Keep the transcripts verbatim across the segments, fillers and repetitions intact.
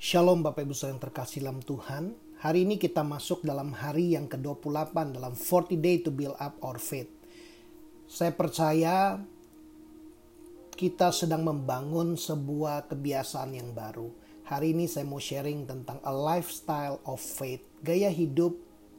Shalom Bapak Ibu Saudara yang terkasih dalam Tuhan. Hari ini kita masuk dalam hari yang ke dua puluh delapan dalam forty day to build up our faith. Saya percaya kita sedang membangun sebuah kebiasaan yang baru. Hari ini saya mau sharing tentang a lifestyle of faith, gaya hidup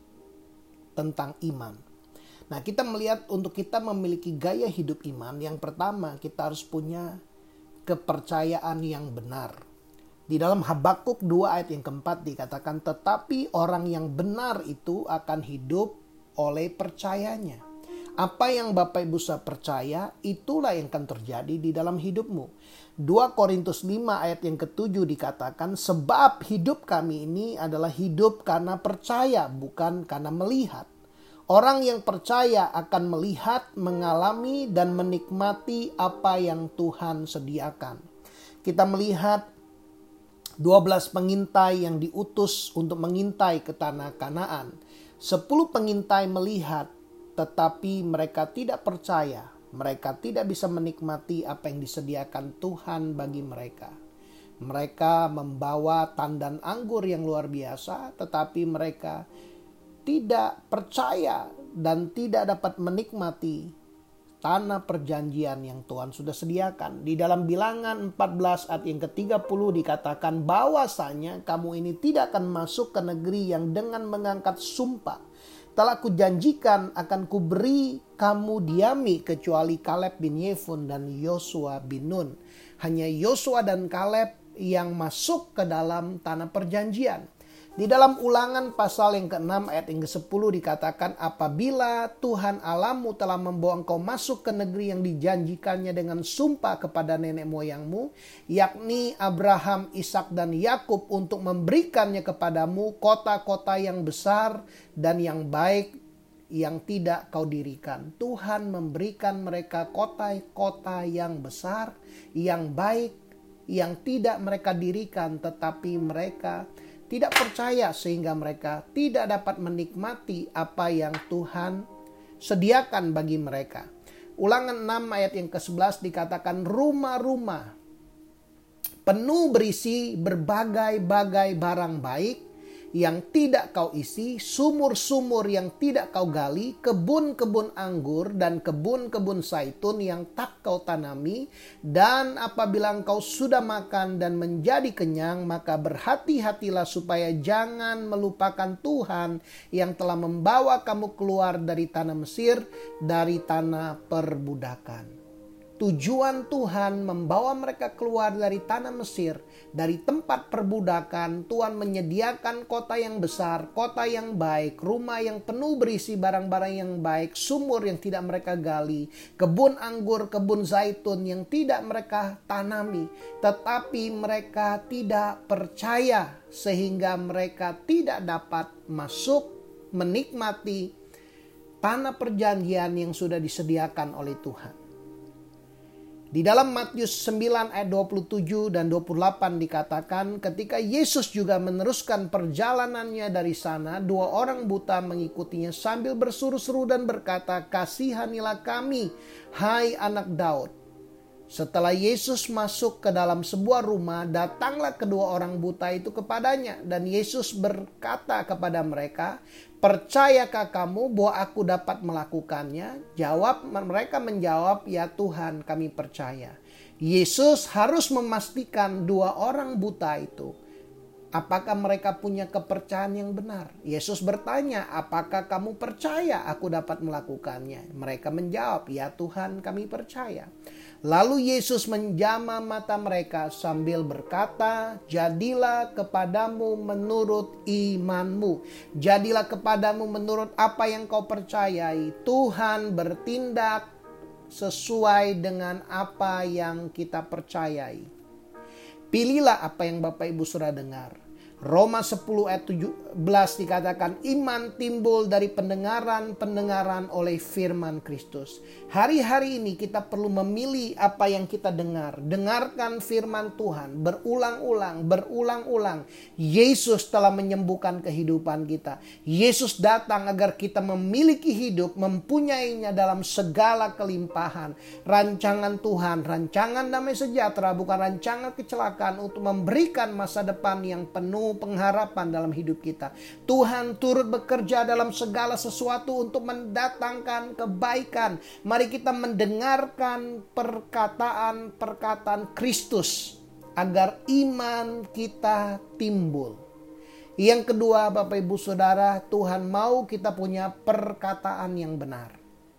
tentang iman. Nah, kita melihat untuk kita memiliki gaya hidup iman, yang pertama kita harus punya kepercayaan yang benar. Di dalam Habakuk dua ayat yang keempat dikatakan, tetapi orang yang benar itu akan hidup oleh percayanya. Apa yang Bapak Ibu saya percaya, itulah yang akan terjadi di dalam hidupmu. dua Korintus lima ayat yang ketujuh dikatakan, sebab hidup kami ini adalah hidup karena percaya, bukan karena melihat. Orang yang percaya akan melihat, mengalami, dan menikmati apa yang Tuhan sediakan. Kita melihat dua belas pengintai yang diutus untuk mengintai ke tanah Kanaan. sepuluh pengintai melihat, tetapi mereka tidak percaya. Mereka tidak bisa menikmati apa yang disediakan Tuhan bagi mereka. Mereka membawa tandan anggur yang luar biasa, tetapi mereka tidak percaya dan tidak dapat menikmati tanah perjanjian yang Tuhan sudah sediakan. Di dalam Bilangan empat belas ayat yang ke tiga puluh dikatakan bahwasanya kamu ini tidak akan masuk ke negeri yang dengan mengangkat sumpah telah kujanjikan akan kuberi kamu diami, kecuali Kaleb bin Yefun dan Yosua bin Nun. Hanya Yosua dan Kaleb yang masuk ke dalam tanah perjanjian. Di dalam Ulangan pasal yang keenam ayat yang kesepuluh dikatakan, apabila Tuhan Allahmu telah membawa engkau masuk ke negeri yang dijanjikannya dengan sumpah kepada nenek moyangmu, yakni Abraham, Ishak dan Yakub, untuk memberikannya kepadamu kota-kota yang besar dan yang baik yang tidak kau dirikan. Tuhan memberikan mereka kota-kota yang besar, yang baik, yang tidak mereka dirikan, tetapi mereka tidak percaya sehingga mereka tidak dapat menikmati apa yang Tuhan sediakan bagi mereka. Ulangan enam ayat yang ke sebelas dikatakan, rumah-rumah penuh berisi berbagai-bagai barang baik yang tidak kau isi, sumur-sumur yang tidak kau gali, kebun-kebun anggur dan kebun-kebun zaitun yang tak kau tanami. Dan apabila engkau sudah makan dan menjadi kenyang, maka berhati-hatilah supaya jangan melupakan Tuhan yang telah membawa kamu keluar dari tanah Mesir, dari tanah perbudakan. Tujuan Tuhan membawa mereka keluar dari tanah Mesir, dari tempat perbudakan. Tuhan menyediakan kota yang besar, kota yang baik, rumah yang penuh berisi barang-barang yang baik, sumur yang tidak mereka gali, kebun anggur, kebun zaitun yang tidak mereka tanami. Tetapi mereka tidak percaya sehingga mereka tidak dapat masuk menikmati tanah perjanjian yang sudah disediakan oleh Tuhan. Di dalam Matius sembilan ayat dua puluh tujuh dan dua puluh delapan dikatakan, ketika Yesus juga meneruskan perjalanannya dari sana, dua orang buta mengikutinya sambil berseru-seru dan berkata, kasihanilah kami, hai anak Daud. Setelah Yesus masuk ke dalam sebuah rumah, datanglah kedua orang buta itu kepadanya. Dan Yesus berkata kepada mereka, percayakah kamu bahwa aku dapat melakukannya? Jawab mereka menjawab, ya Tuhan, kami percaya. Yesus harus memastikan dua orang buta itu, apakah mereka punya kepercayaan yang benar. Yesus bertanya, apakah kamu percaya aku dapat melakukannya? Mereka menjawab, ya Tuhan, kami percaya. Lalu Yesus menjamah mata mereka sambil berkata, jadilah kepadamu menurut imanmu. Jadilah kepadamu menurut apa yang kau percayai. Tuhan bertindak sesuai dengan apa yang kita percayai. Pilihlah apa yang Bapak Ibu sudah dengar. Roma sepuluh ayat tujuh belas dikatakan iman timbul dari pendengaran-pendengaran oleh firman Kristus. Hari-hari ini kita perlu memilih apa yang kita dengar. Dengarkan firman Tuhan berulang-ulang, berulang-ulang. Yesus telah menyembuhkan kehidupan kita. Yesus datang agar kita memiliki hidup, mempunyainya dalam segala kelimpahan. Rancangan Tuhan, rancangan damai sejahtera, bukan rancangan kecelakaan, untuk memberikan masa depan yang penuh pengharapan dalam hidup kita. Tuhan turut bekerja dalam segala sesuatu untuk mendatangkan kebaikan. Mari kita mendengarkan perkataan-perkataan Kristus agar iman kita timbul. Yang kedua, Bapak Ibu Saudara, Tuhan mau kita punya perkataan yang benar.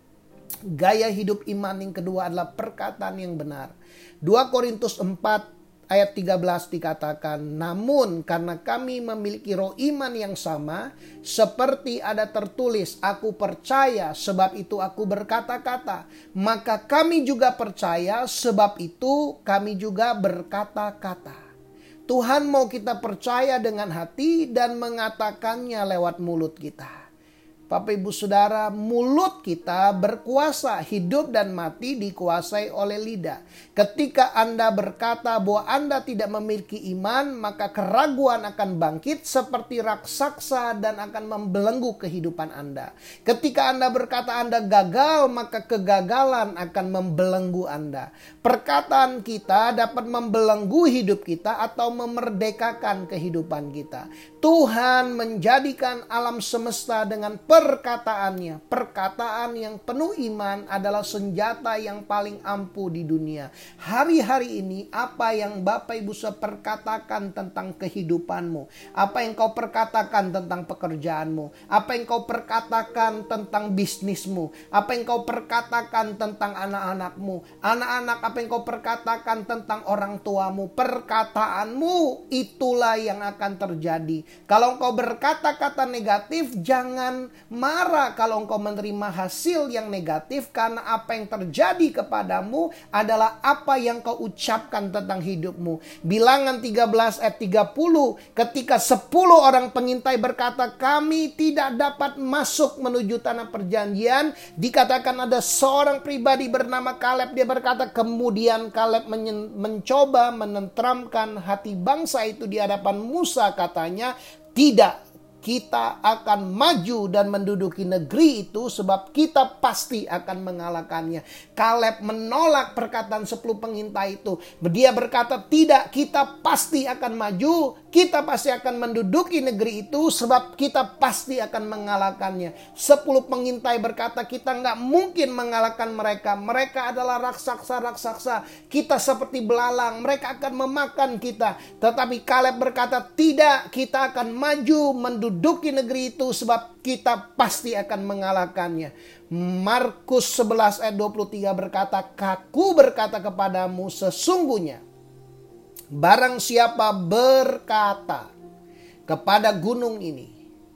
Gaya hidup iman yang kedua adalah perkataan yang benar. dua Korintus empat ayat tiga belas dikatakan, namun karena kami memiliki roh iman yang sama, seperti ada tertulis, aku percaya sebab itu aku berkata-kata. Maka kami juga percaya sebab itu kami juga berkata-kata. Tuhan mau kita percaya dengan hati dan mengatakannya lewat mulut kita. Bapak Ibu Saudara, mulut kita berkuasa, hidup dan mati dikuasai oleh lidah. Ketika Anda berkata bahwa Anda tidak memiliki iman, maka keraguan akan bangkit seperti raksasa dan akan membelenggu kehidupan Anda. Ketika Anda berkata Anda gagal, maka kegagalan akan membelenggu Anda. Perkataan kita dapat membelenggu hidup kita atau memerdekakan kehidupan kita. Tuhan menjadikan alam semesta dengan perkataannya. Perkataan yang penuh iman adalah senjata yang paling ampuh di dunia. Hari-hari ini apa yang Bapak Ibu saya perkatakan tentang kehidupanmu, apa yang kau perkatakan tentang pekerjaanmu, apa yang kau perkatakan tentang bisnismu, apa yang kau perkatakan tentang anak-anakmu, anak-anak apa yang kau perkatakan tentang orang tuamu, perkataanmu itulah yang akan terjadi. Kalau engkau berkata-kata negatif, jangan marah kalau engkau menerima hasil yang negatif, karena apa yang terjadi kepadamu adalah apa yang kau ucapkan tentang hidupmu. Bilangan tiga belas ayat tiga puluh, ketika sepuluh orang pengintai berkata kami tidak dapat masuk menuju tanah perjanjian, dikatakan ada seorang pribadi bernama Kaleb. Dia berkata, kemudian Kaleb men- mencoba menenteramkan hati bangsa itu di hadapan Musa, katanya, tidak, kita akan maju dan menduduki negeri itu sebab kita pasti akan mengalahkannya. Kaleb menolak perkataan sepuluh pengintai itu. Dia berkata, tidak, kita pasti akan maju, kita pasti akan menduduki negeri itu sebab kita pasti akan mengalahkannya. Sepuluh pengintai berkata, kita nggak mungkin mengalahkan mereka. Mereka adalah raksasa-raksasa. Kita seperti belalang, mereka akan memakan kita. Tetapi Kaleb berkata, tidak, kita akan maju menduduki negeri itu sebab kita pasti akan mengalahkannya. Markus sebelas ayat dua puluh tiga berkata, aku berkata kepadamu, sesungguhnya barang siapa berkata kepada gunung ini,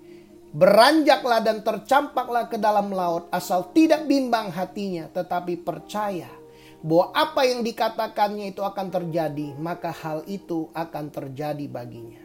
beranjaklah dan tercampaklah ke dalam laut, asal tidak bimbang hatinya, tetapi percaya bahwa apa yang dikatakannya itu akan terjadi, maka hal itu akan terjadi baginya.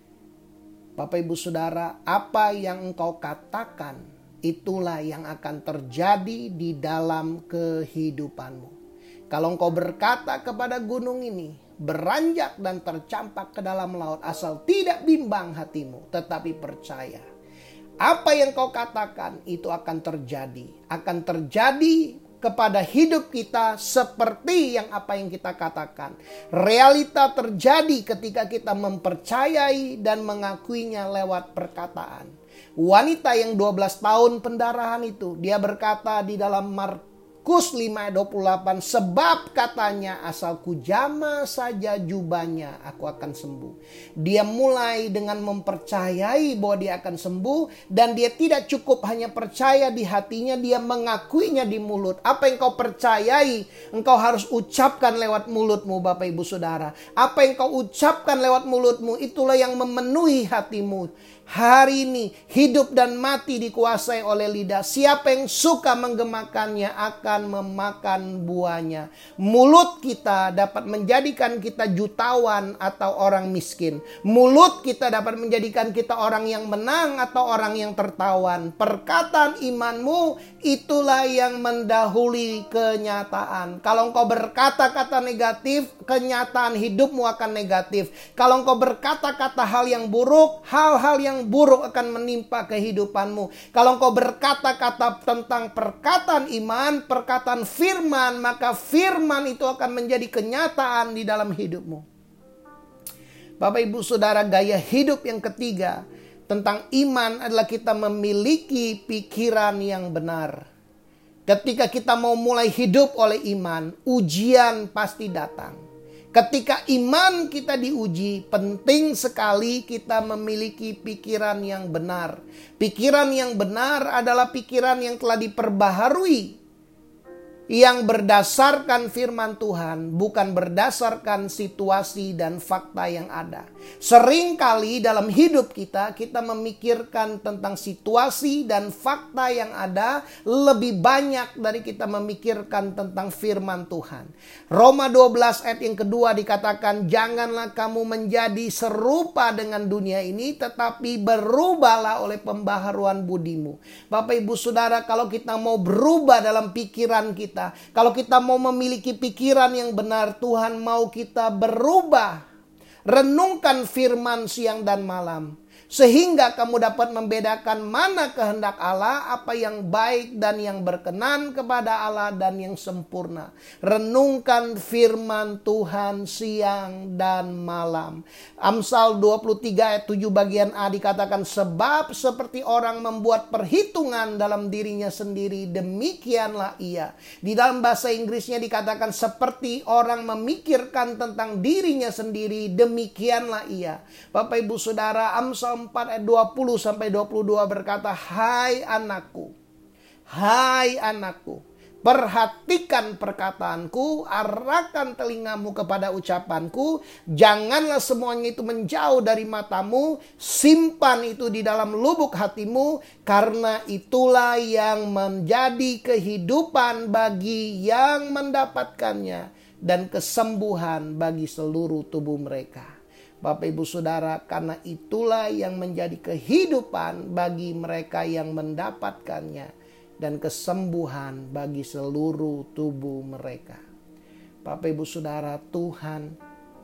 Bapak Ibu Saudara, apa yang engkau katakan, itulah yang akan terjadi di dalam kehidupanmu. Kalau engkau berkata kepada gunung ini, beranjak dan tercampak ke dalam laut, asal tidak bimbang hatimu, tetapi percaya. Apa yang kau katakan itu akan terjadi. Akan terjadi kepada hidup kita seperti yang apa yang kita katakan. Realita terjadi ketika kita mempercayai dan mengakuinya lewat perkataan. Wanita yang dua belas tahun pendarahan itu, dia berkata di dalam Markus lima ayat dua puluh delapan, sebab katanya asal kujama saja jubahnya aku akan sembuh. Dia mulai dengan mempercayai bahwa dia akan sembuh, dan dia tidak cukup hanya percaya di hatinya, dia mengakuinya di mulut. Apa yang kau percayai, engkau harus ucapkan lewat mulutmu, Bapak Ibu Saudara. Apa yang kau ucapkan lewat mulutmu, itulah yang memenuhi hatimu. Hari ini hidup dan mati dikuasai oleh lidah. Siapa yang suka menggemakannya akan memakan buahnya. Mulut kita dapat menjadikan kita jutawan atau orang miskin. Mulut kita dapat menjadikan kita orang yang menang atau orang yang tertawan. Perkataan imanmu itulah yang mendahului kenyataan. Kalau engkau berkata-kata negatif, kenyataan hidupmu akan negatif. Kalau engkau berkata-kata hal yang buruk, hal-hal yang buruk akan menimpa kehidupanmu. Kalau engkau berkata-kata tentang perkataan iman, perkataan firman, maka firman itu akan menjadi kenyataan di dalam hidupmu. Bapak Ibu Saudara, gaya hidup yang ketiga tentang iman adalah kita memiliki pikiran yang benar. Ketika kita mau mulai hidup oleh iman, ujian pasti datang. Ketika iman kita diuji, penting sekali kita memiliki pikiran yang benar. Pikiran yang benar adalah pikiran yang telah diperbaharui, yang berdasarkan firman Tuhan, bukan berdasarkan situasi dan fakta yang ada. Seringkali dalam hidup kita, kita memikirkan tentang situasi dan fakta yang ada lebih banyak dari kita memikirkan tentang firman Tuhan. Roma dua belas ayat yang kedua dikatakan, janganlah kamu menjadi serupa dengan dunia ini, tetapi berubahlah oleh pembaharuan budimu. Bapak Ibu Saudara, kalau kita mau berubah dalam pikiran kita, kalau kita mau memiliki pikiran yang benar, Tuhan mau kita berubah. Renungkan firman siang dan malam, sehingga kamu dapat membedakan mana kehendak Allah, apa yang baik dan yang berkenan kepada Allah dan yang sempurna. Renungkan firman Tuhan siang dan malam. Amsal dua puluh tiga ayat tujuh bagian A dikatakan, sebab seperti orang membuat perhitungan dalam dirinya sendiri, demikianlah ia. Di dalam bahasa Inggrisnya dikatakan seperti orang memikirkan tentang dirinya sendiri, demikianlah ia. Bapak Ibu Saudara, Amsal empat ayat dua puluh sampai dua puluh dua berkata, hai anakku, hai anakku, perhatikan perkataanku, arahkan telingamu kepada ucapanku, janganlah semuanya itu menjauh dari matamu, simpan itu di dalam lubuk hatimu, karena itulah yang menjadi kehidupan bagi yang mendapatkannya dan kesembuhan bagi seluruh tubuh mereka. Bapak Ibu Saudara, karena itulah yang menjadi kehidupan bagi mereka yang mendapatkannya dan kesembuhan bagi seluruh tubuh mereka. Bapak Ibu Saudara, Tuhan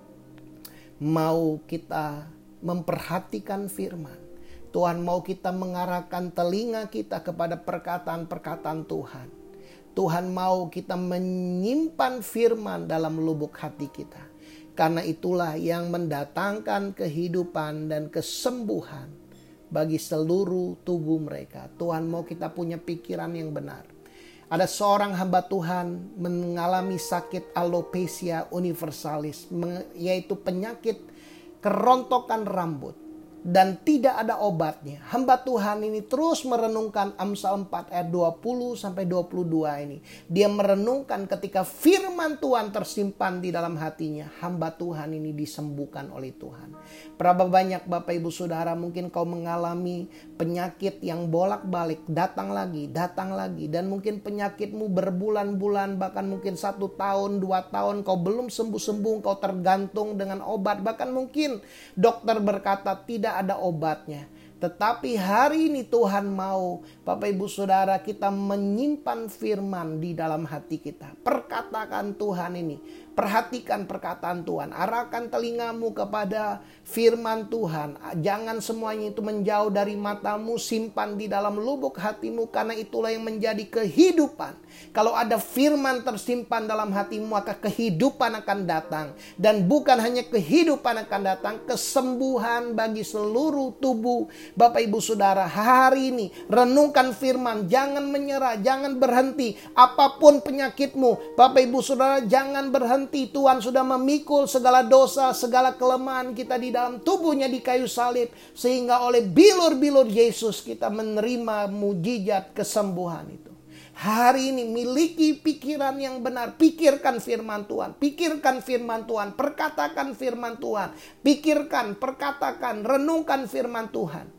mau kita memperhatikan firman. Tuhan mau kita mengarahkan telinga kita kepada perkataan-perkataan Tuhan. Tuhan mau kita menyimpan firman dalam lubuk hati kita. Karena itulah yang mendatangkan kehidupan dan kesembuhan bagi seluruh tubuh mereka. Tuhan mau kita punya pikiran yang benar. Ada seorang hamba Tuhan mengalami sakit alopecia universalis, yaitu penyakit kerontokan rambut. Dan tidak ada obatnya. Hamba Tuhan ini terus merenungkan Amsal empat ayat dua puluh sampai dua puluh dua ini. Dia merenungkan ketika firman Tuhan tersimpan di dalam hatinya, hamba Tuhan ini disembuhkan oleh Tuhan. Berapa banyak Bapak Ibu Saudara mungkin kau mengalami penyakit yang bolak-balik, datang lagi, datang lagi. Dan mungkin penyakitmu berbulan-bulan, bahkan mungkin satu tahun, dua tahun kau belum sembuh-sembuh, kau tergantung dengan obat. Bahkan mungkin dokter berkata tidak ada obatnya. Tetapi hari ini Tuhan mau Bapak Ibu Saudara kita menyimpan firman di dalam hati kita. Perkatakan Tuhan ini. Perhatikan perkataan Tuhan. Arahkan telingamu kepada firman Tuhan. Jangan semuanya itu menjauh dari matamu. Simpan di dalam lubuk hatimu. Karena itulah yang menjadi kehidupan. Kalau ada firman tersimpan dalam hatimu, maka kehidupan akan datang. Dan bukan hanya kehidupan akan datang, kesembuhan bagi seluruh tubuh. Bapak Ibu Saudara, hari ini renungkan firman. Jangan menyerah, jangan berhenti. Apapun penyakitmu, Bapak Ibu Saudara, jangan berhenti. Tuhan sudah memikul segala dosa, segala kelemahan kita di dalam tubuhnya di kayu salib. Sehingga oleh bilur-bilur Yesus kita menerima mujizat kesembuhan itu. Hari ini miliki pikiran yang benar. Pikirkan firman Tuhan. Pikirkan firman Tuhan. Perkatakan firman Tuhan. Pikirkan, perkatakan, renungkan firman Tuhan.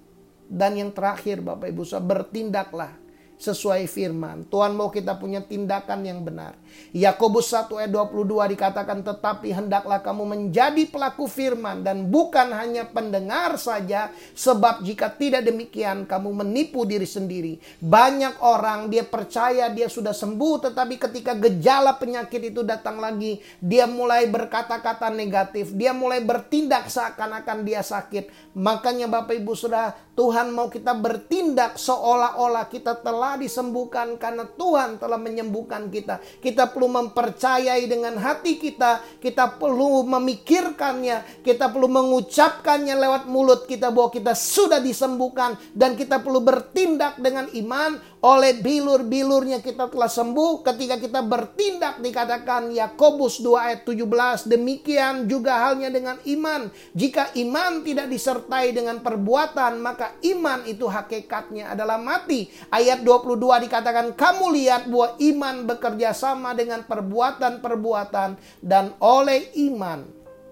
Dan yang terakhir Bapak Ibu Saudara, bertindaklah sesuai firman. Tuhan mau kita punya tindakan yang benar. Yakobus satu ayat dua puluh dua dikatakan, tetapi hendaklah kamu menjadi pelaku firman dan bukan hanya pendengar saja, sebab jika tidak demikian kamu menipu diri sendiri. Banyak orang dia percaya dia sudah sembuh, tetapi ketika gejala penyakit itu datang lagi, dia mulai berkata-kata negatif, dia mulai bertindak seakan-akan dia sakit. Makanya Bapak Ibu Saudara, Tuhan mau kita bertindak seolah-olah kita telah disembuhkan karena Tuhan telah menyembuhkan kita. Kita perlu mempercayai dengan hati kita, kita perlu memikirkannya, kita perlu mengucapkannya lewat mulut kita bahwa kita sudah disembuhkan, dan kita perlu bertindak dengan iman. Oleh bilur-bilurnya kita telah sembuh. Ketika kita bertindak, dikatakan Yakobus dua ayat tujuh belas, demikian juga halnya dengan iman. Jika iman tidak disertai dengan perbuatan, maka iman itu hakikatnya adalah mati. Ayat dua puluh dua dikatakan, kamu lihat bahwa iman bekerja sama dengan perbuatan-perbuatan, dan oleh iman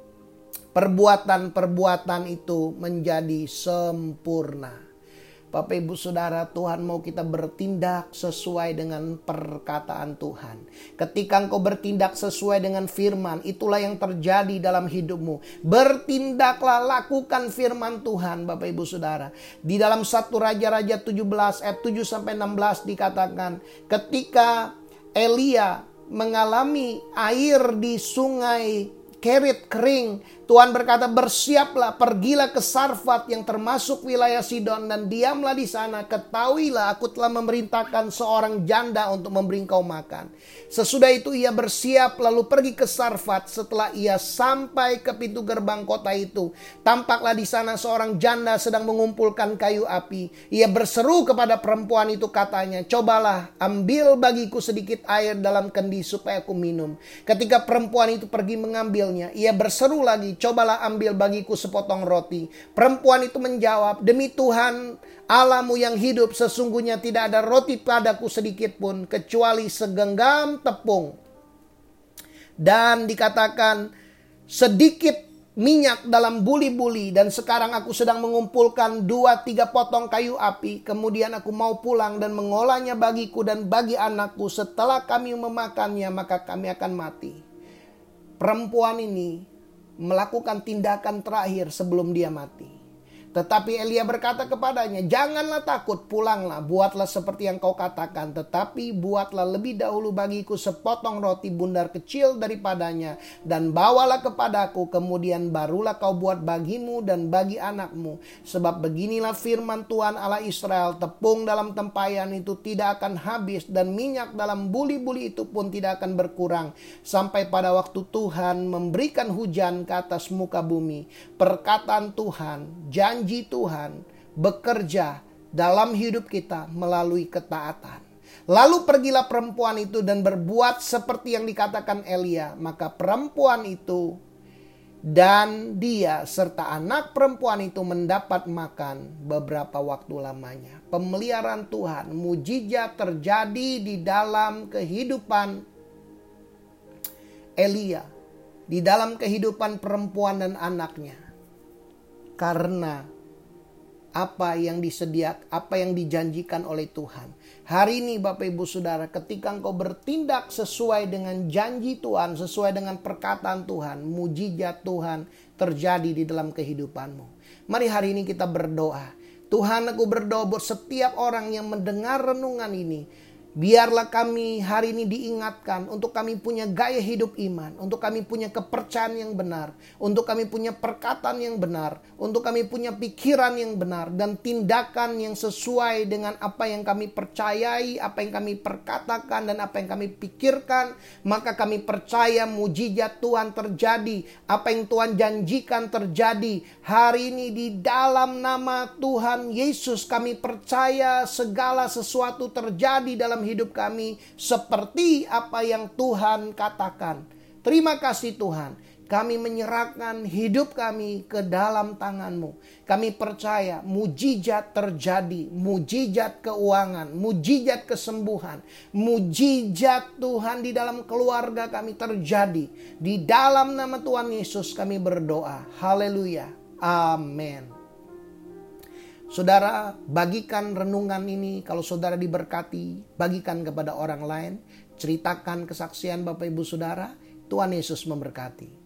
perbuatan-perbuatan itu menjadi sempurna. Bapak Ibu Saudara, Tuhan mau kita bertindak sesuai dengan perkataan Tuhan. Ketika engkau bertindak sesuai dengan firman, itulah yang terjadi dalam hidupmu. Bertindaklah, lakukan firman Tuhan Bapak Ibu Saudara. Di dalam satu Raja-Raja tujuh belas ayat tujuh sampai enam belas dikatakan, ketika Elia mengalami air di sungai Kerit kering, Tuhan berkata, bersiaplah, pergilah ke Sarfat yang termasuk wilayah Sidon dan diamlah di sana. Ketahuilah aku telah memerintahkan seorang janda untuk memberi engkau makan. Sesudah itu ia bersiap lalu pergi ke Sarfat. Setelah ia sampai ke pintu gerbang kota itu, tampaklah di sana seorang janda sedang mengumpulkan kayu api. Ia berseru kepada perempuan itu, katanya, cobalah ambil bagiku sedikit air dalam kendi supaya aku minum. Ketika perempuan itu pergi mengambil, ia berseru lagi, cobalah ambil bagiku sepotong roti. Perempuan itu menjawab, demi Tuhan Allahmu yang hidup, sesungguhnya tidak ada roti padaku sedikit pun, kecuali segenggam tepung. Dan dikatakan, sedikit minyak dalam buli-buli, dan sekarang aku sedang mengumpulkan dua tiga potong kayu api. Kemudian aku mau pulang dan mengolahnya bagiku dan bagi anakku. Setelah kami memakannya, maka kami akan mati. Perempuan ini melakukan tindakan terakhir sebelum dia mati. Tetapi Elia berkata kepadanya, janganlah takut, pulanglah, buatlah seperti yang kau katakan. Tetapi buatlah lebih dahulu bagiku sepotong roti bundar kecil daripadanya, dan bawalah kepadaku, kemudian barulah kau buat bagimu dan bagi anakmu. Sebab beginilah firman Tuhan Allah Israel, tepung dalam tempayan itu tidak akan habis, dan minyak dalam buli-buli itu pun tidak akan berkurang, sampai pada waktu Tuhan memberikan hujan ke atas muka bumi. Perkataan Tuhan, janji Tuhan bekerja dalam hidup kita melalui ketaatan. Lalu pergilah perempuan itu dan berbuat seperti yang dikatakan Elia. Maka perempuan itu dan dia serta anak perempuan itu mendapat makan beberapa waktu lamanya. Pemeliharaan Tuhan, mujizat terjadi di dalam kehidupan Elia, di dalam kehidupan perempuan dan anaknya. Karena apa yang disediakan, apa yang dijanjikan oleh Tuhan. Hari ini Bapak Ibu Saudara, ketika engkau bertindak sesuai dengan janji Tuhan, sesuai dengan perkataan Tuhan, mujizat Tuhan terjadi di dalam kehidupanmu. Mari hari ini kita berdoa. Tuhan, aku berdoa buat setiap orang yang mendengar renungan ini. Biarlah kami hari ini diingatkan untuk kami punya gaya hidup iman, untuk kami punya kepercayaan yang benar, untuk kami punya perkataan yang benar, untuk kami punya pikiran yang benar, dan tindakan yang sesuai dengan apa yang kami percayai, apa yang kami perkatakan, dan apa yang kami pikirkan. Maka kami percaya mujizat Tuhan terjadi, apa yang Tuhan janjikan terjadi. Hari ini di dalam nama Tuhan Yesus kami percaya segala sesuatu terjadi dalam hidup kami seperti apa yang Tuhan katakan. Terima kasih Tuhan. Kami menyerahkan hidup kami ke dalam tangan-Mu. Kami percaya mujizat terjadi, mujizat keuangan, mujizat kesembuhan, mujizat Tuhan di dalam keluarga kami terjadi. Di dalam nama Tuhan Yesus kami berdoa. Haleluya. Amin. Saudara, bagikan renungan ini. Kalau saudara diberkati, bagikan kepada orang lain. Ceritakan kesaksian Bapak Ibu Saudara. Tuhan Yesus memberkati.